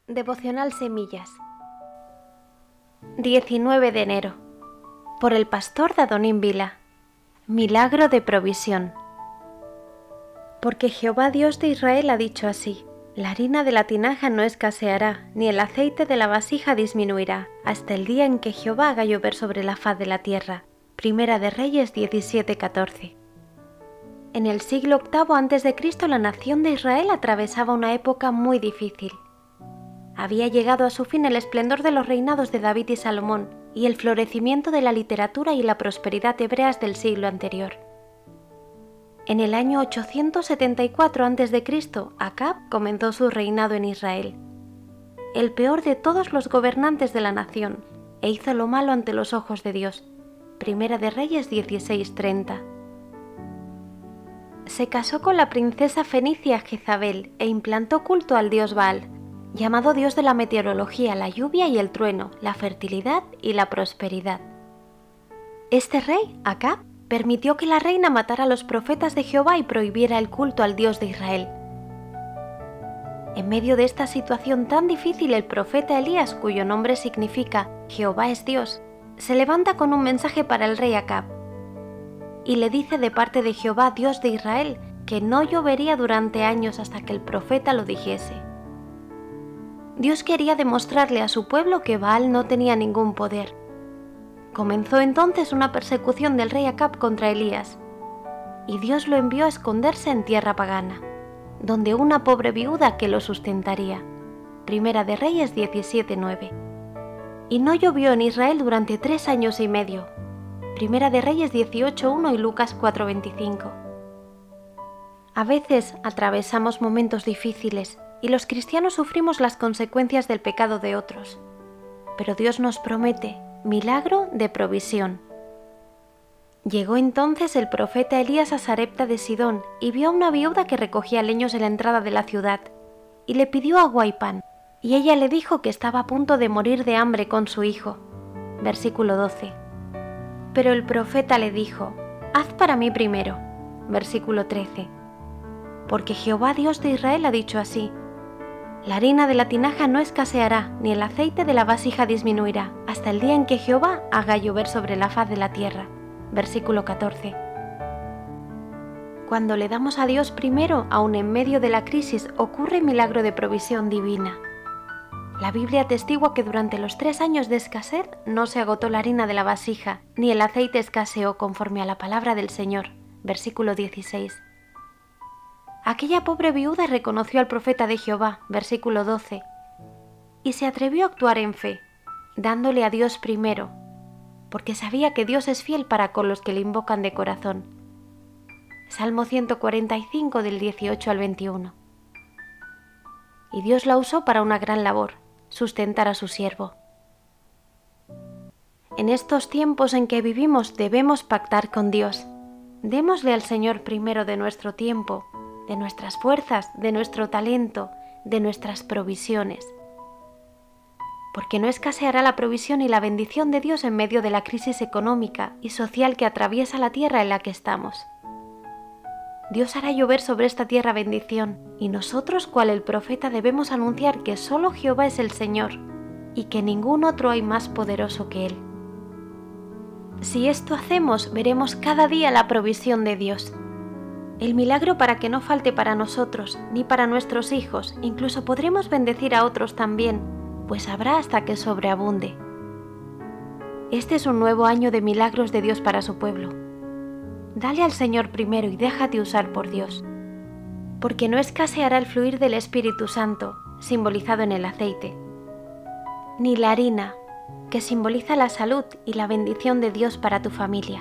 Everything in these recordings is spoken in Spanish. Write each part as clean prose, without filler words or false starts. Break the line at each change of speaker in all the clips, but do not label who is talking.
Devocional Semillas. 19 de enero. Por el pastor Dadonín Vila. Milagro de provisión. Porque Jehová Dios de Israel ha dicho así: la harina de la tinaja no escaseará, ni el aceite de la vasija disminuirá, hasta el día en que Jehová haga llover sobre la faz de la tierra. Primera de Reyes 17:14. En el siglo VIII a.C., la nación de Israel atravesaba una época muy difícil. Había llegado a su fin el esplendor de los reinados de David y Salomón y el florecimiento de la literatura y la prosperidad hebreas del siglo anterior. En el año 874 a.C., Acab comenzó su reinado en Israel, el peor de todos los gobernantes de la nación, e hizo lo malo ante los ojos de Dios. Primera de Reyes 16:30. Se casó con la princesa fenicia Jezabel e implantó culto al dios Baal, llamado dios de la meteorología, la lluvia y el trueno, la fertilidad y la prosperidad. Este rey, Acab, permitió que la reina matara a los profetas de Jehová y prohibiera el culto al Dios de Israel. En medio de esta situación tan difícil, el profeta Elías, cuyo nombre significa Jehová es Dios, se levanta con un mensaje para el rey Acab y le dice de parte de Jehová, Dios de Israel, que no llovería durante años hasta que el profeta lo dijese. Dios quería demostrarle a su pueblo que Baal no tenía ningún poder. Comenzó entonces una persecución del rey Acab contra Elías, y Dios lo envió a esconderse en tierra pagana, donde una pobre viuda que lo sustentaría. Primera de Reyes 17:9. Y no llovió en Israel durante 3 años y medio. Primera de Reyes 18:1 y Lucas 4:25. A veces atravesamos momentos difíciles y los cristianos sufrimos las consecuencias del pecado de otros. Pero Dios nos promete milagro de provisión. Llegó entonces el profeta Elías a Sarepta de Sidón y vio a una viuda que recogía leños en la entrada de la ciudad, y le pidió agua y pan, y ella le dijo que estaba a punto de morir de hambre con su hijo. Versículo 12. Pero el profeta le dijo: haz para mí primero. Versículo 13. Porque Jehová Dios de Israel ha dicho así: la harina de la tinaja no escaseará, ni el aceite de la vasija disminuirá, hasta el día en que Jehová haga llover sobre la faz de la tierra. Versículo 14. Cuando le damos a Dios primero, aun en medio de la crisis, ocurre milagro de provisión divina. La Biblia atestigua que durante los 3 años de escasez no se agotó la harina de la vasija, ni el aceite escaseó, conforme a la palabra del Señor. Versículo 16. Aquella pobre viuda reconoció al profeta de Jehová, versículo 12, y se atrevió a actuar en fe, dándole a Dios primero, porque sabía que Dios es fiel para con los que le invocan de corazón. Salmo 145 del 18 al 21. Y Dios la usó para una gran labor: sustentar a su siervo. En estos tiempos en que vivimos debemos pactar con Dios. Démosle al Señor primero de nuestro tiempo, de nuestras fuerzas, de nuestro talento, de nuestras provisiones. Porque no escaseará la provisión y la bendición de Dios en medio de la crisis económica y social que atraviesa la tierra en la que estamos. Dios hará llover sobre esta tierra bendición, y nosotros, cual el profeta, debemos anunciar que solo Jehová es el Señor, y que ningún otro hay más poderoso que Él. Si esto hacemos, veremos cada día la provisión de Dios. El milagro para que no falte para nosotros, ni para nuestros hijos, incluso podremos bendecir a otros también, pues habrá hasta que sobreabunde. Este es un nuevo año de milagros de Dios para su pueblo. Dale al Señor primero y déjate usar por Dios, porque no escaseará el fluir del Espíritu Santo, simbolizado en el aceite, ni la harina, que simboliza la salud y la bendición de Dios para tu familia.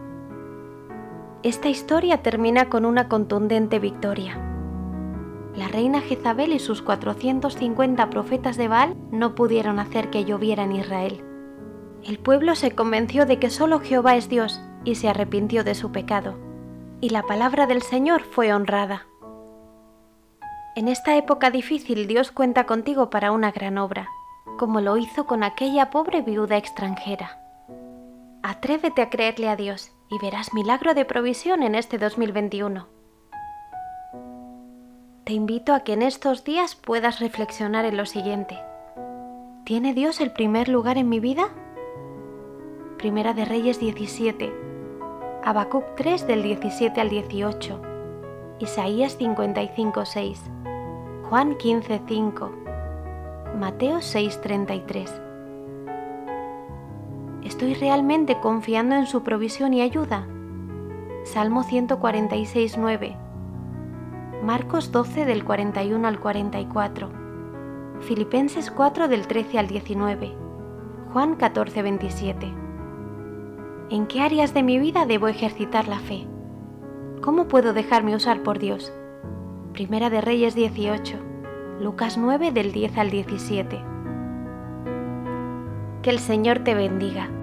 Esta historia termina con una contundente victoria. La reina Jezabel y sus 450 profetas de Baal no pudieron hacer que lloviera en Israel. El pueblo se convenció de que solo Jehová es Dios y se arrepintió de su pecado, y la palabra del Señor fue honrada. En esta época difícil Dios cuenta contigo para una gran obra, como lo hizo con aquella pobre viuda extranjera. Atrévete a creerle a Dios y verás milagro de provisión en este 2021. Te invito a que en estos días puedas reflexionar en lo siguiente. ¿Tiene Dios el primer lugar en mi vida? Primera de Reyes 17, Habacuc 3 del 17 al 18, Isaías 55:6, Juan 15:5, Mateo 6:33. ¿Estoy realmente confiando en su provisión y ayuda? Salmo 146:9, Marcos 12 del 41 al 44, Filipenses 4 del 13 al 19, Juan 14:27. ¿En qué áreas de mi vida debo ejercitar la fe? ¿Cómo puedo dejarme usar por Dios? Primera de Reyes 18, Lucas 9 del 10 al 17. Que el Señor te bendiga.